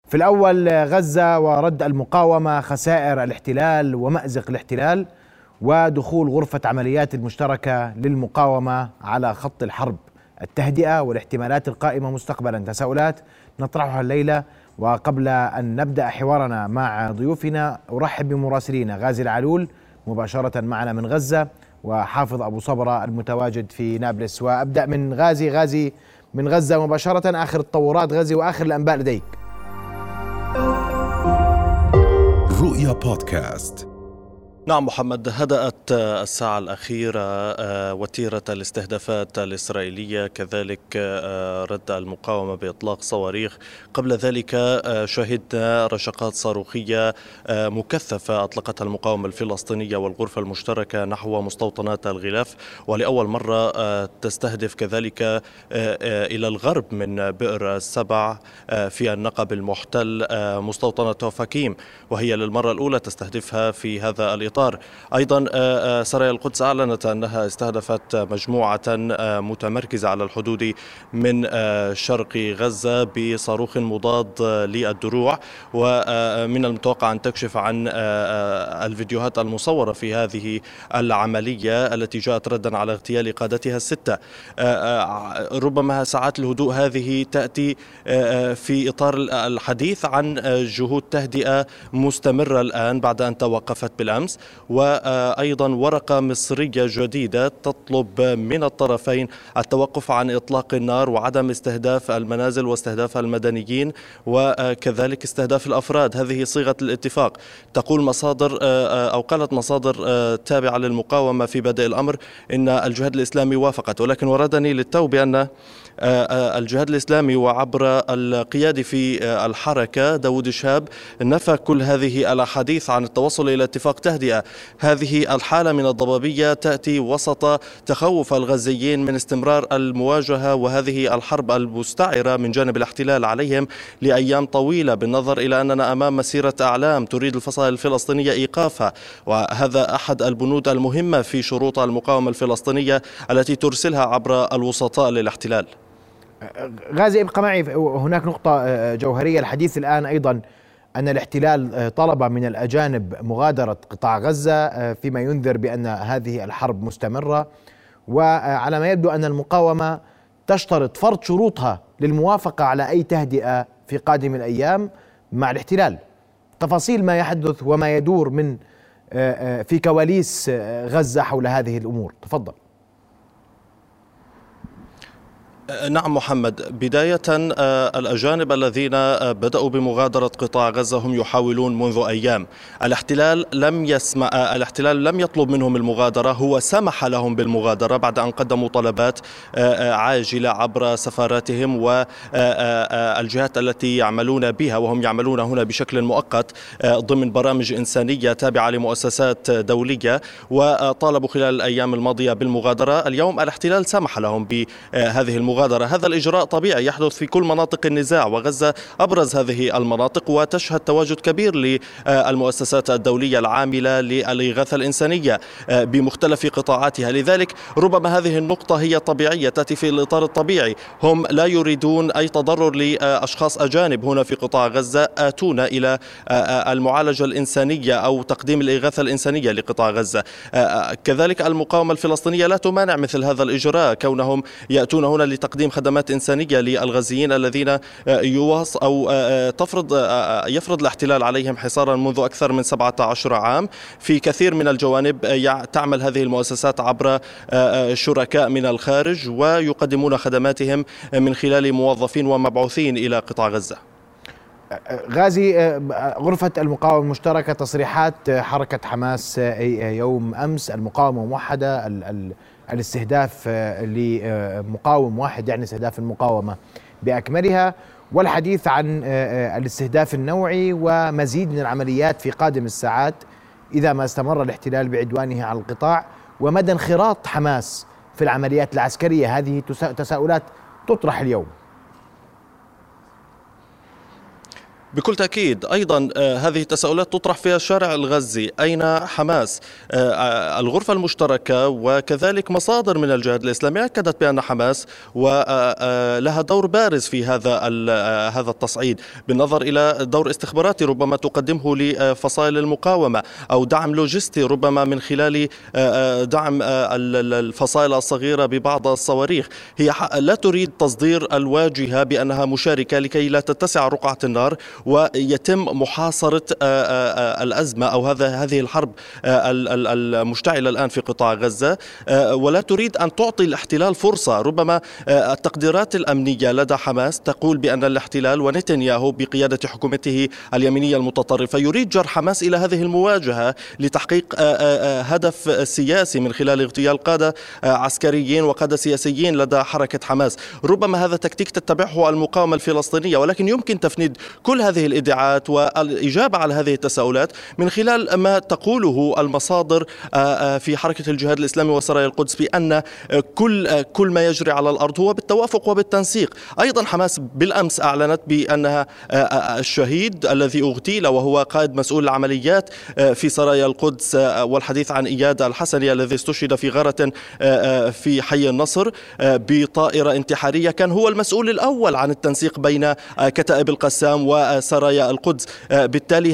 في الأول غزة ورد المقاومة، خسائر الاحتلال ومأزق الاحتلال، ودخول غرفة عمليات المشتركة للمقاومة على خط الحرب، التهدئة والاحتمالات القائمة مستقبلا. تساؤلات نطرحها الليلة. وقبل أن نبدأ حوارنا مع ضيوفنا أرحب بمراسلينا غازي العلول مباشرة معنا من غزة، وحافظ أبو صبرة المتواجد في نابلس. وأبدأ من غازي من غزة مباشرة، آخر التطورات غازي وآخر الأنباء لديك. رؤيا بودكاست. نعم محمد، هدأت الساعة الأخيرة وتيرة الاستهدافات الإسرائيلية، كذلك رد المقاومة بإطلاق صواريخ. قبل ذلك شهدنا رشقات صاروخية مكثفة أطلقتها المقاومة الفلسطينية والغرفة المشتركة نحو مستوطنات الغلاف، ولأول مرة تستهدف كذلك إلى الغرب من بئر السبع في النقب المحتل مستوطنة توفاكيم، وهي للمرة الأولى تستهدفها في هذا الإطار. أيضا سرايا القدس أعلنت أنها استهدفت مجموعة متمركزة على الحدود من شرق غزة بصاروخ مضاد للدروع، ومن المتوقع أن تكشف عن الفيديوهات المصورة في هذه العملية التي جاءت ردا على اغتيال قادتها الستة. ربما ساعات الهدوء هذه تأتي في إطار الحديث عن جهود تهدئة مستمرة الآن بعد أن توقفت بالأمس، وأيضا ورقة مصرية جديدة تطلب من الطرفين التوقف عن إطلاق النار وعدم استهداف المنازل واستهداف المدنيين وكذلك استهداف الأفراد. هذه صيغة الاتفاق. تقول مصادر أو قالت مصادر تابعة للمقاومة في بدء الأمر إن الجهاد الإسلامي وافقت، ولكن وردني للتو بأن الجهاد الإسلامي وعبر القيادي في الحركة داود شهاب نفى كل هذه الأحاديث عن التوصل إلى اتفاق تهدئة. هذه الحالة من الضبابية تأتي وسط تخوف الغزيين من استمرار المواجهة وهذه الحرب المستعرة من جانب الاحتلال عليهم لأيام طويلة، بالنظر إلى أننا أمام مسيرة أعلام تريد الفصائل الفلسطينية إيقافها، وهذا أحد البنود المهمة في شروط المقاومة الفلسطينية التي ترسلها عبر الوسطاء للاحتلال. غازي ابقى معي، هناك نقطة جوهرية. الحديث الآن أيضا أن الاحتلال طلب من الأجانب مغادرة قطاع غزة، فيما ينذر بأن هذه الحرب مستمرة، وعلى ما يبدو أن المقاومة تشترط فرض شروطها للموافقة على أي تهدئة في قادم الأيام مع الاحتلال. تفاصيل ما يحدث وما يدور من في كواليس غزة حول هذه الأمور، تفضل. نعم محمد، بداية الأجانب الذين بدأوا بمغادرة قطاع غزة هم يحاولون منذ أيام. الاحتلال لم يطلب منهم المغادرة، هو سمح لهم بالمغادرة بعد أن قدموا طلبات عاجلة عبر سفاراتهم والجهات التي يعملون بها، وهم يعملون هنا بشكل مؤقت ضمن برامج إنسانية تابعة لمؤسسات دولية، وطالبوا خلال الأيام الماضية بالمغادرة. اليوم الاحتلال سمح لهم بهذه المغادرة. هذا الإجراء طبيعي يحدث في كل مناطق النزاع، وغزة أبرز هذه المناطق، وتشهد تواجد كبير للمؤسسات الدولية العاملة للإغاثة الإنسانية بمختلف قطاعاتها. لذلك ربما هذه النقطة هي طبيعية، تأتي في الإطار الطبيعي. هم لا يريدون أي تضرر لأشخاص أجانب هنا في قطاع غزة آتون إلى المعالجة الإنسانية أو تقديم الإغاثة الإنسانية لقطاع غزة. كذلك المقاومة الفلسطينية لا تمانع مثل هذا الإجراء، كونهم يأتون هنا لتقديم خدمات إنسانية للغزيين الذين يفرض الاحتلال عليهم حصارا منذ أكثر من 17 عام. في كثير من الجوانب تعمل هذه المؤسسات عبر شركاء من الخارج، ويقدمون خدماتهم من خلال موظفين ومبعوثين إلى قطاع غزة. غازي، غرفة المقاومة المشتركة، تصريحات حركة حماس يوم أمس: المقاومة موحدة، الاستهداف لمقاوم واحد يعني استهداف المقاومة بأكملها، والحديث عن الاستهداف النوعي ومزيد من العمليات في قادم الساعات إذا ما استمر الاحتلال بعدوانه على القطاع، ومدى انخراط حماس في العمليات العسكرية. هذه تساؤلات تطرح اليوم. بكل تأكيد. أيضا هذه التساؤلات تطرح في الشارع الغزي، أين حماس؟ الغرفة المشتركة وكذلك مصادر من الجهاد الإسلامي أكدت بأن حماس ولها دور بارز في هذا التصعيد، بالنظر إلى دور استخباراتي ربما تقدمه لفصائل المقاومة، أو دعم لوجستي ربما من خلال دعم الفصائل الصغيرة ببعض الصواريخ. هي لا تريد تصدير الواجهة بأنها مشاركة لكي لا تتسع رقعة النار ويتم محاصرة الأزمة أو هذه الحرب المشتعلة الآن في قطاع غزة، ولا تريد أن تعطي الاحتلال فرصة. ربما التقديرات الأمنية لدى حماس تقول بأن الاحتلال ونتنياهو بقيادة حكومته اليمينية المتطرفة يريد جر حماس إلى هذه المواجهة لتحقيق هدف سياسي من خلال اغتيال قادة عسكريين وقادة سياسيين لدى حركة حماس. ربما هذا تكتيك تتبعه المقاومة الفلسطينية، ولكن يمكن تفنيد كل هذه الادعاءات والإجابة على هذه التساؤلات من خلال ما تقوله المصادر في حركة الجهاد الإسلامي وسرايا القدس، بأن كل ما يجري على الأرض هو بالتوافق وبالتنسيق. أيضا حماس بالأمس أعلنت بأنها الشهيد الذي اغتيل وهو قائد مسؤول العمليات في سرايا القدس، والحديث عن إياد الحسني الذي استشهد في غارة في حي النصر بطائرة انتحارية، كان هو المسؤول الأول عن التنسيق بين كتائب القسام وسرايا القدس. بالتالي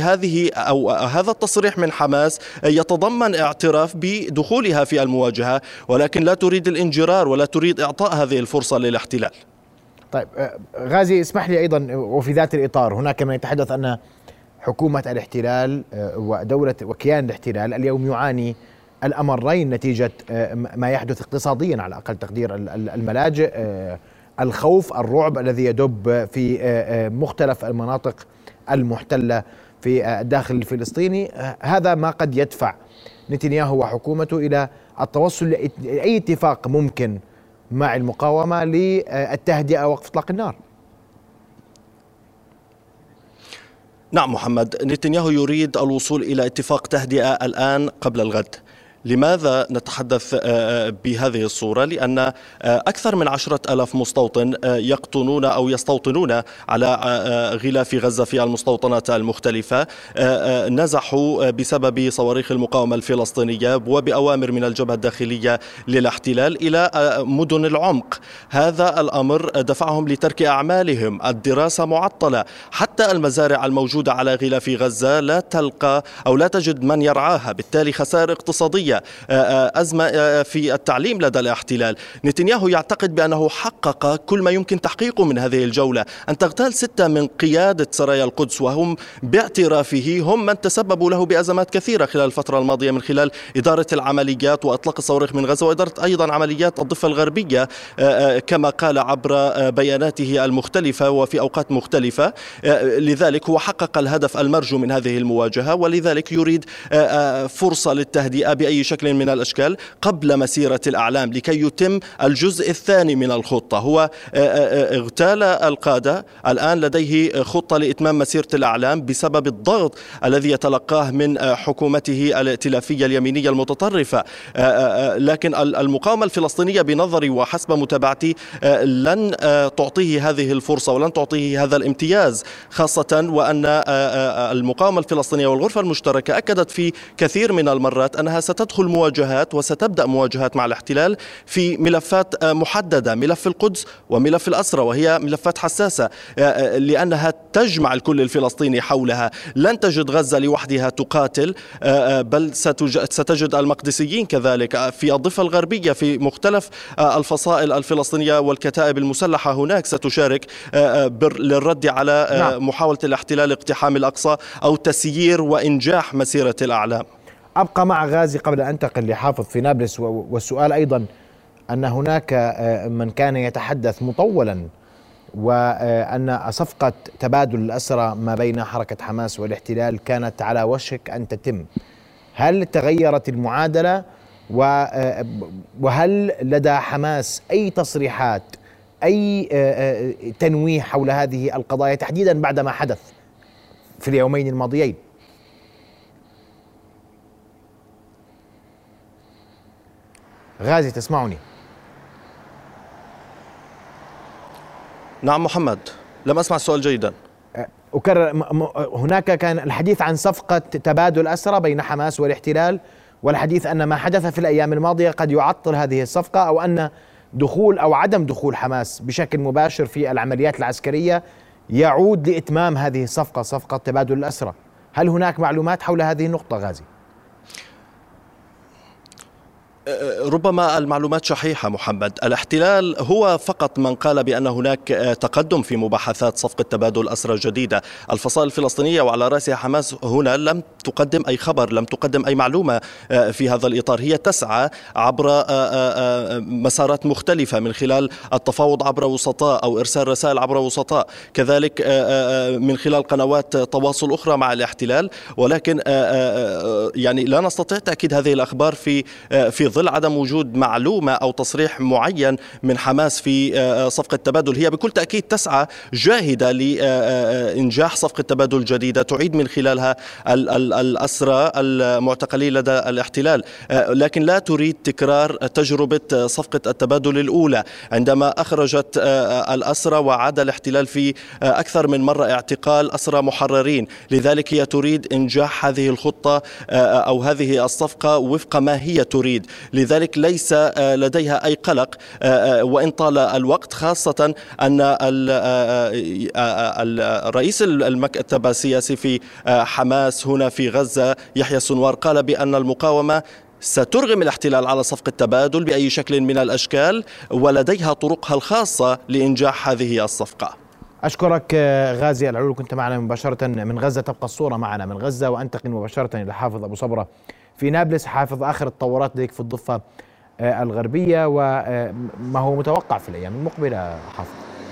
هذا التصريح من حماس يتضمن اعتراف بدخولها في المواجهة، ولكن لا تريد الانجرار ولا تريد إعطاء هذه الفرصة للاحتلال. طيب غازي، اسمح لي أيضا وفي ذات الإطار، هناك من يتحدث أن حكومة الاحتلال ودولة وكيان الاحتلال اليوم يعاني الأمرين نتيجة ما يحدث اقتصاديا على أقل تقدير، الملاجئ، الخوف، الرعب الذي يدب في مختلف المناطق المحتلة في الداخل الفلسطيني. هذا ما قد يدفع نتنياهو وحكومته إلى التوصل لأي اتفاق ممكن مع المقاومة للتهدئة ووقف إطلاق النار. نعم محمد، نتنياهو يريد الوصول إلى اتفاق تهدئة الآن قبل الغد. لماذا نتحدث بهذه الصورة؟ لأن أكثر من 10,000 مستوطن يقطنون أو يستوطنون على غلاف غزة في المستوطنات المختلفة نزحوا بسبب صواريخ المقاومة الفلسطينية وبأوامر من الجبهة الداخلية للاحتلال إلى مدن العمق. هذا الأمر دفعهم لترك أعمالهم، الدراسة معطلة، حتى المزارع الموجودة على غلاف غزة لا تلقى أو لا تجد من يرعاها، بالتالي خسائر اقتصادية، أزمة في التعليم لدى الاحتلال. نتنياهو يعتقد بأنه حقق كل ما يمكن تحقيقه من هذه الجولة، أن تغتال 6 من قيادة سرايا القدس، وهم باعترافه هم من تسببوا له بأزمات كثيرة خلال الفترة الماضية، من خلال إدارة العمليات وإطلاق الصواريخ من غزة، وإدارة أيضا عمليات الضفة الغربية كما قال عبر بياناته المختلفة وفي أوقات مختلفة. لذلك هو حقق الهدف المرجو من هذه المواجهة، ولذلك يريد فرصة للتهدئة بأي شكل من الأشكال قبل مسيرة الأعلام لكي يتم الجزء الثاني من الخطة. هو اغتال القادة، الآن لديه خطة لإتمام مسيرة الأعلام بسبب الضغط الذي يتلقاه من حكومته الائتلافية اليمينية المتطرفة. لكن المقاومة الفلسطينية بنظري وحسب متابعتي لن تعطيه هذه الفرصة ولن تعطيه هذا الامتياز، خاصة وأن المقاومة الفلسطينية والغرفة المشتركة أكدت في كثير من المرات أنها ستدخل مواجهات وستبدأ مواجهات مع الاحتلال في ملفات محددة، ملف القدس وملف الأسرى، وهي ملفات حساسة لأنها تجمع الكل الفلسطيني حولها. لن تجد غزة لوحدها تقاتل، بل ستجد المقدسيين كذلك في الضفة الغربية، في مختلف الفصائل الفلسطينية والكتائب المسلحة هناك ستشارك للرد على محاولة الاحتلال اقتحام الأقصى أو تسيير وإنجاح مسيرة الأعلام. أبقى مع غازي قبل أن أنتقل لحافظ في نابلس، والسؤال أيضا أن هناك من كان يتحدث مطولا وأن صفقة تبادل الأسرى ما بين حركة حماس والاحتلال كانت على وشك أن تتم. هل تغيرت المعادلة؟ وهل لدى حماس أي تصريحات، أي تنويه حول هذه القضايا تحديدا بعد ما حدث في اليومين الماضيين؟ غازي تسمعني؟ نعم محمد، لم أسمع السؤال جيدا. أكرر، هناك كان الحديث عن صفقة تبادل أسرى بين حماس والاحتلال، والحديث أن ما حدث في الأيام الماضية قد يعطل هذه الصفقة، أو أن دخول أو عدم دخول حماس بشكل مباشر في العمليات العسكرية يعود لإتمام هذه الصفقة، صفقة تبادل الأسرى. هل هناك معلومات حول هذه النقطة غازي؟ ربما المعلومات شحيحة محمد. الاحتلال هو فقط من قال بأن هناك تقدم في مباحثات صفقة تبادل أسرى جديدة. الفصائل الفلسطينية وعلى رأسها حماس هنا لم تقدم أي خبر، لم تقدم أي معلومة في هذا الإطار. هي تسعى عبر مسارات مختلفة من خلال التفاوض عبر وسطاء أو إرسال رسائل عبر وسطاء، كذلك من خلال قنوات تواصل أخرى مع الاحتلال، ولكن يعني لا نستطيع تأكيد هذه الأخبار في ظل عدم وجود معلومة أو تصريح معين من حماس في صفقة تبادل. هي بكل تأكيد تسعى جاهدة لإنجاح صفقة تبادل جديدة تعيد من خلالها الأسرى المعتقلين لدى الاحتلال، لكن لا تريد تكرار تجربة صفقة التبادل الأولى عندما أخرجت الأسرى وعاد الاحتلال في أكثر من مرة اعتقال أسرى محررين. لذلك هي تريد إنجاح هذه الخطة أو هذه الصفقة وفق ما هي تريد، لذلك ليس لديها أي قلق وإن طال الوقت، خاصة أن رئيس المكتب السياسي في حماس هنا في غزة يحيى سنوار قال بأن المقاومة سترغم الاحتلال على صفقة تبادل بأي شكل من الأشكال، ولديها طرقها الخاصة لإنجاح هذه الصفقة. أشكرك غازي العلول، كنت معنا مباشرة من غزة. تبقى الصورة معنا من غزة وأنتقل مباشرة إلى حافظ أبو صبرة في نابلس. حافظ، آخر التطورات لديك في الضفة الغربية وما هو متوقع في الأيام المقبلة حافظ؟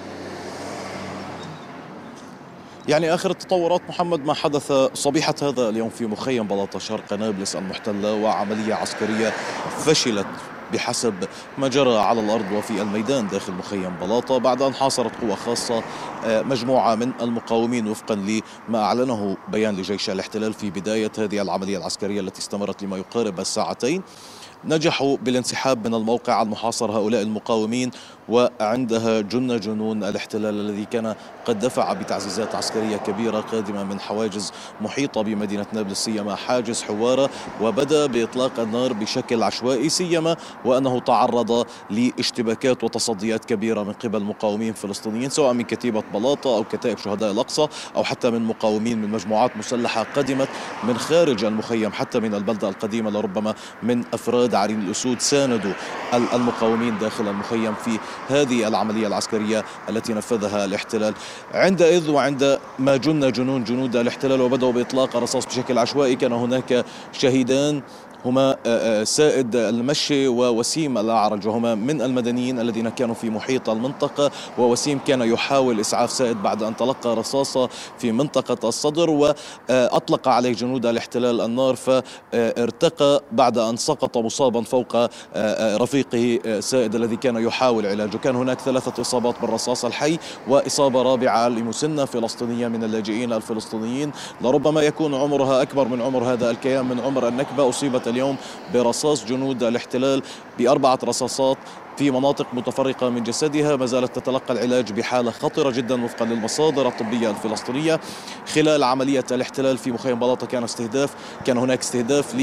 يعني آخر التطورات محمد ما حدث صبيحة هذا اليوم في مخيم بلاطة شرق نابلس المحتلة، وعملية عسكرية فشلت بحسب ما جرى على الأرض وفي الميدان داخل مخيم بلاطة، بعد أن حاصرت قوة خاصة مجموعة من المقاومين وفقا لما أعلنه بيان لجيش الاحتلال في بداية هذه العملية العسكرية التي استمرت لما يقارب الساعتين. نجحوا بالانسحاب من الموقع المحاصر هؤلاء المقاومين، وعندها جن جنون الاحتلال الذي كان قد دفع بتعزيزات عسكرية كبيرة قادمة من حواجز محيطة بمدينة نابلس، سيما حاجز حوارة، وبدأ بإطلاق النار بشكل عشوائي، سيما وأنه تعرض لاشتباكات وتصديات كبيرة من قبل مقاومين فلسطينيين، سواء من كتيبة بلاطة أو كتائب شهداء الأقصى أو حتى من مقاومين من مجموعات مسلحة قدمت من خارج المخيم، حتى من البلدة القديمة، لربما من أفراد عرين الأسود ساندوا المقاومين داخل المخيم في هذه العملية العسكرية التي نفذها الاحتلال. عندئذ وعند ما جن جنون جنود الاحتلال وبدأوا بإطلاق الرصاص بشكل عشوائي، كان هناك شهيدان هما سائد المشي ووسيم الأعرج، وهما من المدنيين الذين كانوا في محيط المنطقة، ووسيم كان يحاول إسعاف سائد بعد أن تلقى رصاصة في منطقة الصدر، وأطلق عليه جنود الاحتلال النار فارتقى بعد أن سقط مصابا فوق رفيقه سائد الذي كان يحاول علاجه. كان هناك 3 إصابات بالرصاص الحي وإصابة رابعة لمسنة فلسطينية من اللاجئين الفلسطينيين لربما يكون عمرها أكبر من عمر هذا الكيان، من عمر النكبة، أصيبت اليوم برصاص جنود الاحتلال ب4 رصاصات في مناطق متفرقة من جسدها، ما زالت تتلقى العلاج بحالة خطرة جدا وفقا للمصادر الطبية الفلسطينية. خلال عملية الاحتلال في مخيم بلاطة كان هناك استهداف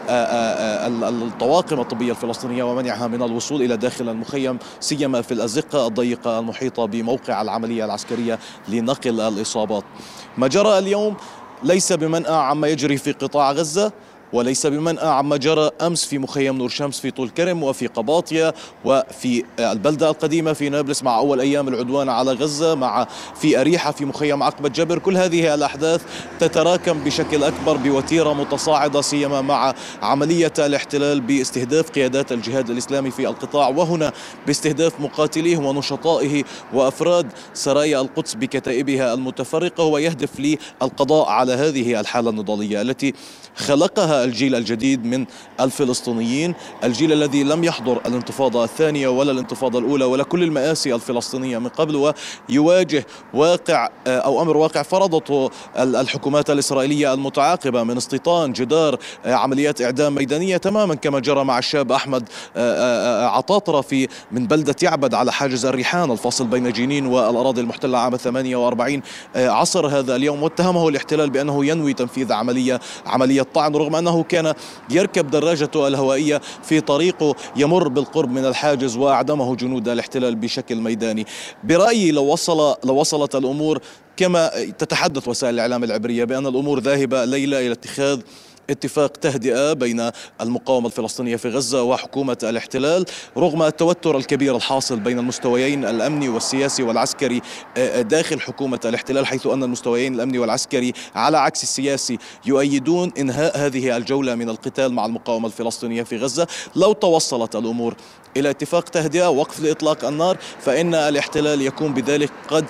للطواقم الطبية الفلسطينية ومنعها من الوصول إلى داخل المخيم، سيما في الأزقة الضيقة المحيطة بموقع العملية العسكرية لنقل الإصابات. ما جرى اليوم ليس بمنأى عما يجري في قطاع غزة، وليس بمنأى عما جرى أمس في مخيم نور شمس في طول كرم وفي قباطية وفي البلدة القديمة في نابلس مع أول أيام العدوان على غزة، مع في أريحة في مخيم عقبة جبر. كل هذه الأحداث تتراكم بشكل أكبر بوتيرة متصاعدة، سيما مع عملية الاحتلال باستهداف قيادات الجهاد الإسلامي في القطاع، وهنا باستهداف مقاتليه ونشطائه وأفراد سرايا القدس بكتائبها المتفرقة. هو يهدف للقضاء على هذه الحالة النضالية التي خلقها الجيل الجديد من الفلسطينيين، الجيل الذي لم يحضر الانتفاضة الثانية ولا الانتفاضة الأولى ولا كل المآسي الفلسطينية من قبل، ويواجه واقع أو أمر واقع فرضته الحكومات الإسرائيلية المتعاقبة من استيطان جدار عمليات إعدام ميدانية، تماما كما جرى مع الشاب أحمد عطاطرة من بلدة يعبد على حاجز الريحان الفاصل بين جنين والأراضي المحتلة عام 48 عصر هذا اليوم، واتهمه الاحتلال بأنه ينوي تنفيذ عملية طعن، رغم أنه كان يركب دراجته الهوائية في طريقه يمر بالقرب من الحاجز وأعدمه جنود الاحتلال بشكل ميداني. برأيي لو وصلت الأمور كما تتحدث وسائل الإعلام العبرية بأن الأمور ذاهبة ليلة إلى اتخاذ اتفاق تهدئة بين المقاومة الفلسطينية في غزة وحكومة الاحتلال، رغم التوتر الكبير الحاصل بين المستويين الأمني والسياسي والعسكري داخل حكومة الاحتلال، حيث أن المستويين الأمني والعسكري على عكس السياسي يؤيدون إنهاء هذه الجولة من القتال مع المقاومة الفلسطينية في غزة. لو توصلت الأمور إلى اتفاق تهدئة وقف لإطلاق النار، فإن الاحتلال يكون بذلك قد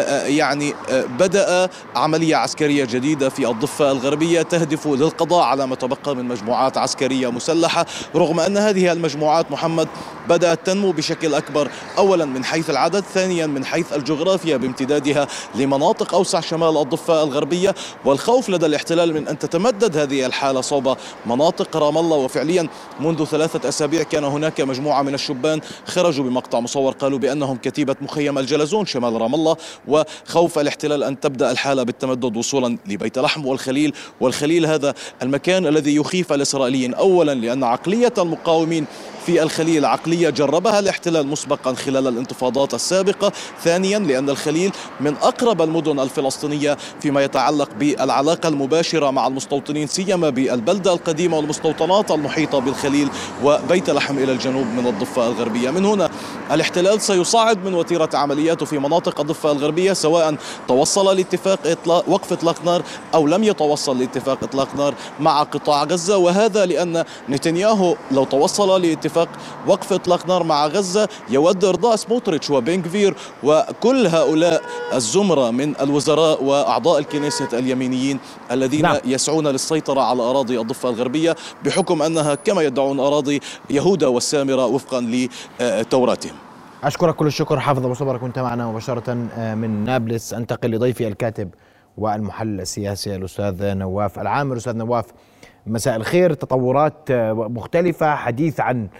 بدأ عملية عسكرية جديدة في الضفة الغربية تهدف للقضاء على ما تبقى من مجموعات عسكرية مسلحة، رغم أن هذه المجموعات محمد بدأت تنمو بشكل أكبر، أولا من حيث العدد، ثانيا من حيث الجغرافيا بامتدادها لمناطق أوسع شمال الضفة الغربية، والخوف لدى الاحتلال من أن تتمدد هذه الحالة صوب مناطق رام الله. وفعليا منذ 3 أسابيع كان هناك مجموعة من الشبان خرجوا بمقطع مصور قالوا بأنهم كتيبة مخيم الجلزون شمال رام الله، وخوف الاحتلال أن تبدأ الحالة بالتمدد وصولا لبيت لحم والخليل هذا المكان الذي يخيف الإسرائيليين، أولا لأن عقلية المقاومين في الخليل عقلية جربها الاحتلال مسبقا خلال الانتفاضات السابقة، ثانيا لأن الخليل من أقرب المدن الفلسطينية فيما يتعلق بالعلاقة المباشرة مع المستوطنين، سيما بالبلدة القديمة والمستوطنات المحيطة بالخليل وبيت لحم إلى الجنوب من الضفة الغربية. من هنا الاحتلال سيصعد من وتيرة عملياته في مناطق الضفة الغربية، سواء توصل لاتفاق وقف إطلاق نار أو لم يتوصل لاتفاق إطلاق نار مع قطاع غزة، وهذا لأن نتنياهو لو توصل لاتفاق وقف إطلاق نار مع غزة يود إرضاء سموتريتش وبنغفير وكل هؤلاء الزمرة من الوزراء وأعضاء الكنيسة اليمينيين الذين يسعون للسيطرة على أراضي الضفة الغربية بحكم أنها كما يدعون أراضي يهوذا والسامرة وفقا لتوراتهم. أشكرك كل الشكر حافظ أبو صبر، كنت معنا مباشرة من نابلس. أنتقل لضيفي الكاتب والمحلل السياسي الأستاذ نواف العامر. أستاذ نواف، مساء الخير. تطورات مختلفة، حديث عن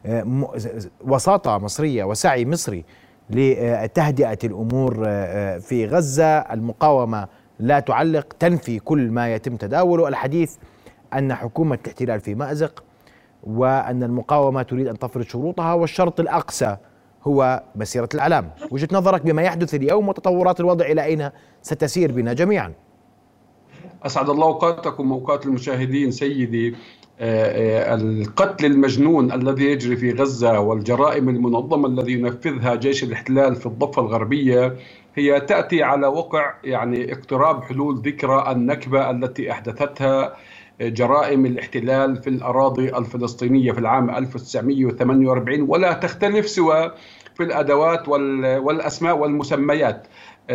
وساطة مصرية وسعي مصري لتهدئة الأمور في غزة، المقاومة لا تعلق، تنفي كل ما يتم تداوله، الحديث أن حكومة الاحتلال في مأزق وأن المقاومة تريد أن تفرض شروطها، والشرط الأقصى هو مسيرة الإعلام. وجهة نظرك بما يحدث اليوم وتطورات الوضع إلى أين ستسير بنا جميعا؟ أسعد الله أوقاتكم وأوقات المشاهدين. سيدي، القتل المجنون الذي يجري في غزة والجرائم المنظمة الذي ينفذها جيش الاحتلال في الضفة الغربية هي تأتي على وقع اقتراب حلول ذكرى النكبة التي أحدثتها جرائم الاحتلال في الأراضي الفلسطينية في العام 1948، ولا تختلف سوى في الأدوات والأسماء والمسميات.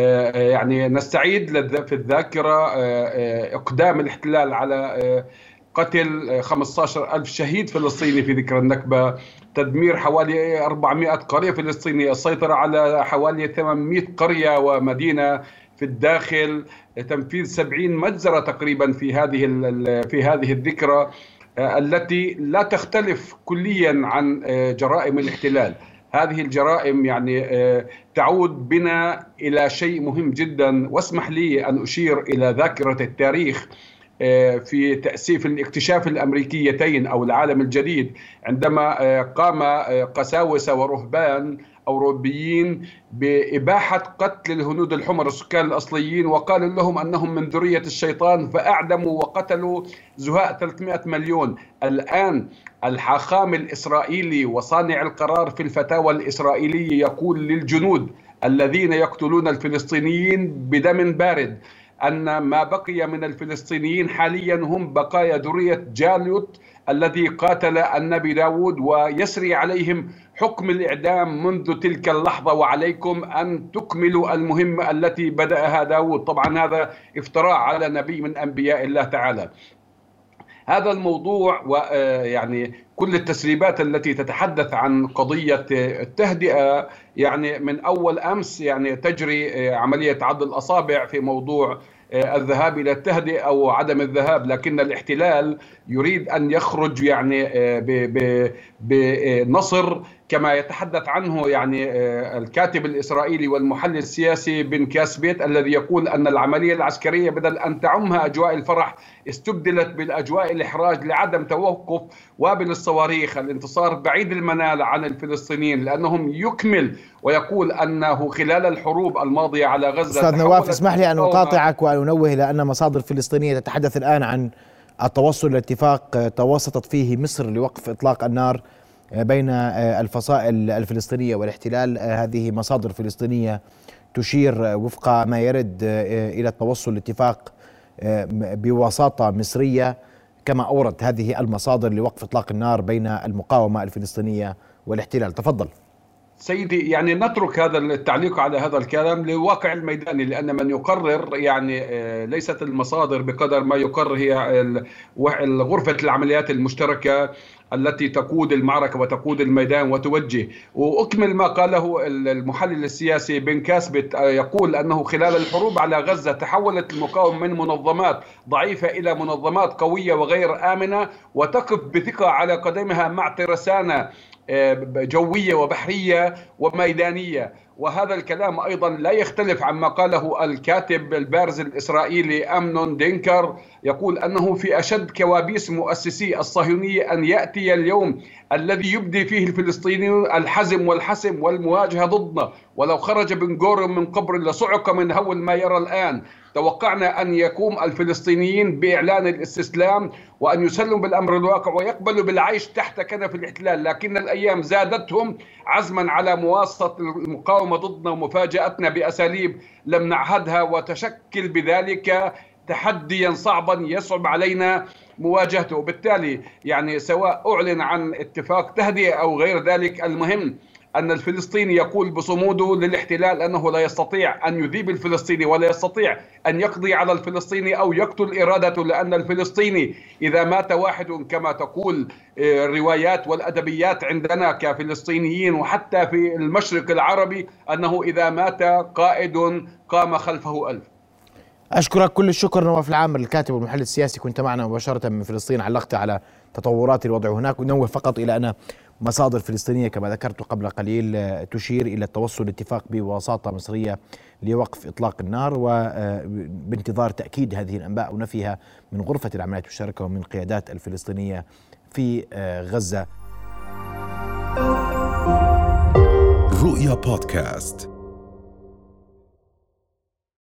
نستعيد في الذاكرة إقدام الاحتلال على قتل 15,000 شهيد فلسطيني في ذكرى النكبة، تدمير حوالي 400 قرية فلسطينية، السيطرة على حوالي 800 قرية ومدينة في الداخل، تنفيذ 70 مجزرة تقريبا في هذه الذكرى التي لا تختلف كليا عن جرائم الاحتلال. هذه الجرائم تعود بنا إلى شيء مهم جدا، واسمح لي أن أشير إلى ذاكرة التاريخ في تأسيف الاكتشاف الأمريكيتين أو العالم الجديد، عندما قام قساوسة ورهبان أوروبيين بإباحة قتل الهنود الحمر السكان الأصليين، وقالوا لهم أنهم من ذرية الشيطان، فأعدموا وقتلوا زهاء 300 مليون. الآن الحاخام الإسرائيلي وصانع القرار في الفتاوى الإسرائيلية يقول للجنود الذين يقتلون الفلسطينيين بدم بارد أن ما بقي من الفلسطينيين حاليا هم بقايا ذرية جالوت الذي قاتل النبي داود، ويسري عليهم حكم الإعدام منذ تلك اللحظة، وعليكم أن تكملوا المهمة التي بدأها داود. طبعا هذا افتراء على نبي من أنبياء الله تعالى. هذا الموضوع ويعني كل التسريبات التي تتحدث عن قضية التهدئة، يعني من أول أمس يعني تجري عملية عض الأصابع في موضوع الذهاب إلى التهدئة أو عدم الذهاب، لكن الاحتلال يريد أن يخرج يعني بنصر كما يتحدث عنه يعني الكاتب الإسرائيلي والمحلل السياسي بن كاسبيت، الذي يقول أن العملية العسكرية بدل أن تعمها أجواء الفرح استبدلت بالأجواء الإحراج لعدم توقف وابل الصواريخ. الانتصار بعيد المنال عن الفلسطينيين لأنهم يكمل ويقول أنه خلال الحروب الماضية على غزة. أستاذ نواف اسمح لي أن أقاطعك وأن أنوه إلى أن مصادر فلسطينية تتحدث الآن عن التوصل لاتفاق توسطت فيه مصر لوقف إطلاق النار بين الفصائل الفلسطينية والاحتلال. هذه مصادر فلسطينية تشير وفق ما يرد إلى التوصل لاتفاق بوساطة مصرية كما أورد هذه المصادر لوقف إطلاق النار بين المقاومة الفلسطينية والاحتلال. تفضل سيدي. يعني نترك هذا التعليق على هذا الكلام للواقع الميداني، لأن من يقرر يعني ليست المصادر بقدر ما يقرر هي غرفة العمليات المشتركة التي تقود المعركة وتقود الميدان وتوجه. وأكمل ما قاله المحلل السياسي بن كاسبت، يقول أنه خلال الحروب على غزة تحولت المقاومة من منظمات ضعيفة إلى منظمات قوية وغير آمنة وتقف بثقة على قدمها مع ترسانة جوية وبحرية وميدانية. وهذا الكلام أيضا لا يختلف عما قاله الكاتب البارز الإسرائيلي أمنون دينكر، يقول أنه في أشد كوابيس مؤسسي الصهيونية أن يأتي اليوم الذي يبدي فيه الفلسطينيون الحزم والحسم والمواجهة ضدنا، ولو خرج بن غوريون من قبر لصعق من هول ما يرى الآن. توقعنا أن يقوم الفلسطينيين بإعلان الاستسلام وأن يسلموا بالأمر الواقع ويقبلوا بالعيش تحت كنف الاحتلال، لكن الأيام زادتهم عزما على مواصلة المقاومة ضدنا ومفاجأتنا بأساليب لم نعهدها، وتشكل بذلك تحديا صعبا يصعب علينا مواجهته. وبالتالي يعني سواء أعلن عن اتفاق تهدئة أو غير ذلك، المهم أن الفلسطيني يقول بصموده للاحتلال أنه لا يستطيع أن يذيب الفلسطيني ولا يستطيع أن يقضي على الفلسطيني أو يقتل إرادته، لأن الفلسطيني إذا مات واحد كما تقول الروايات والأدبيات عندنا كفلسطينيين وحتى في المشرق العربي أنه إذا مات قائد قام خلفه 1000. أشكرك كل الشكر نواف العامر الكاتب والمحلل السياسي، كنت معنا مباشرة من فلسطين، علقت على تطورات الوضع هناك. ونوه فقط إلى أن مصادر فلسطينية كما ذكرت قبل قليل تشير إلى التوصل لاتفاق بوساطة مصرية لوقف إطلاق النار، وبانتظار تأكيد هذه الأنباء ونفيها من غرفة العمليات المشتركة ومن قيادات الفلسطينية في غزة. رؤيا بودكاست.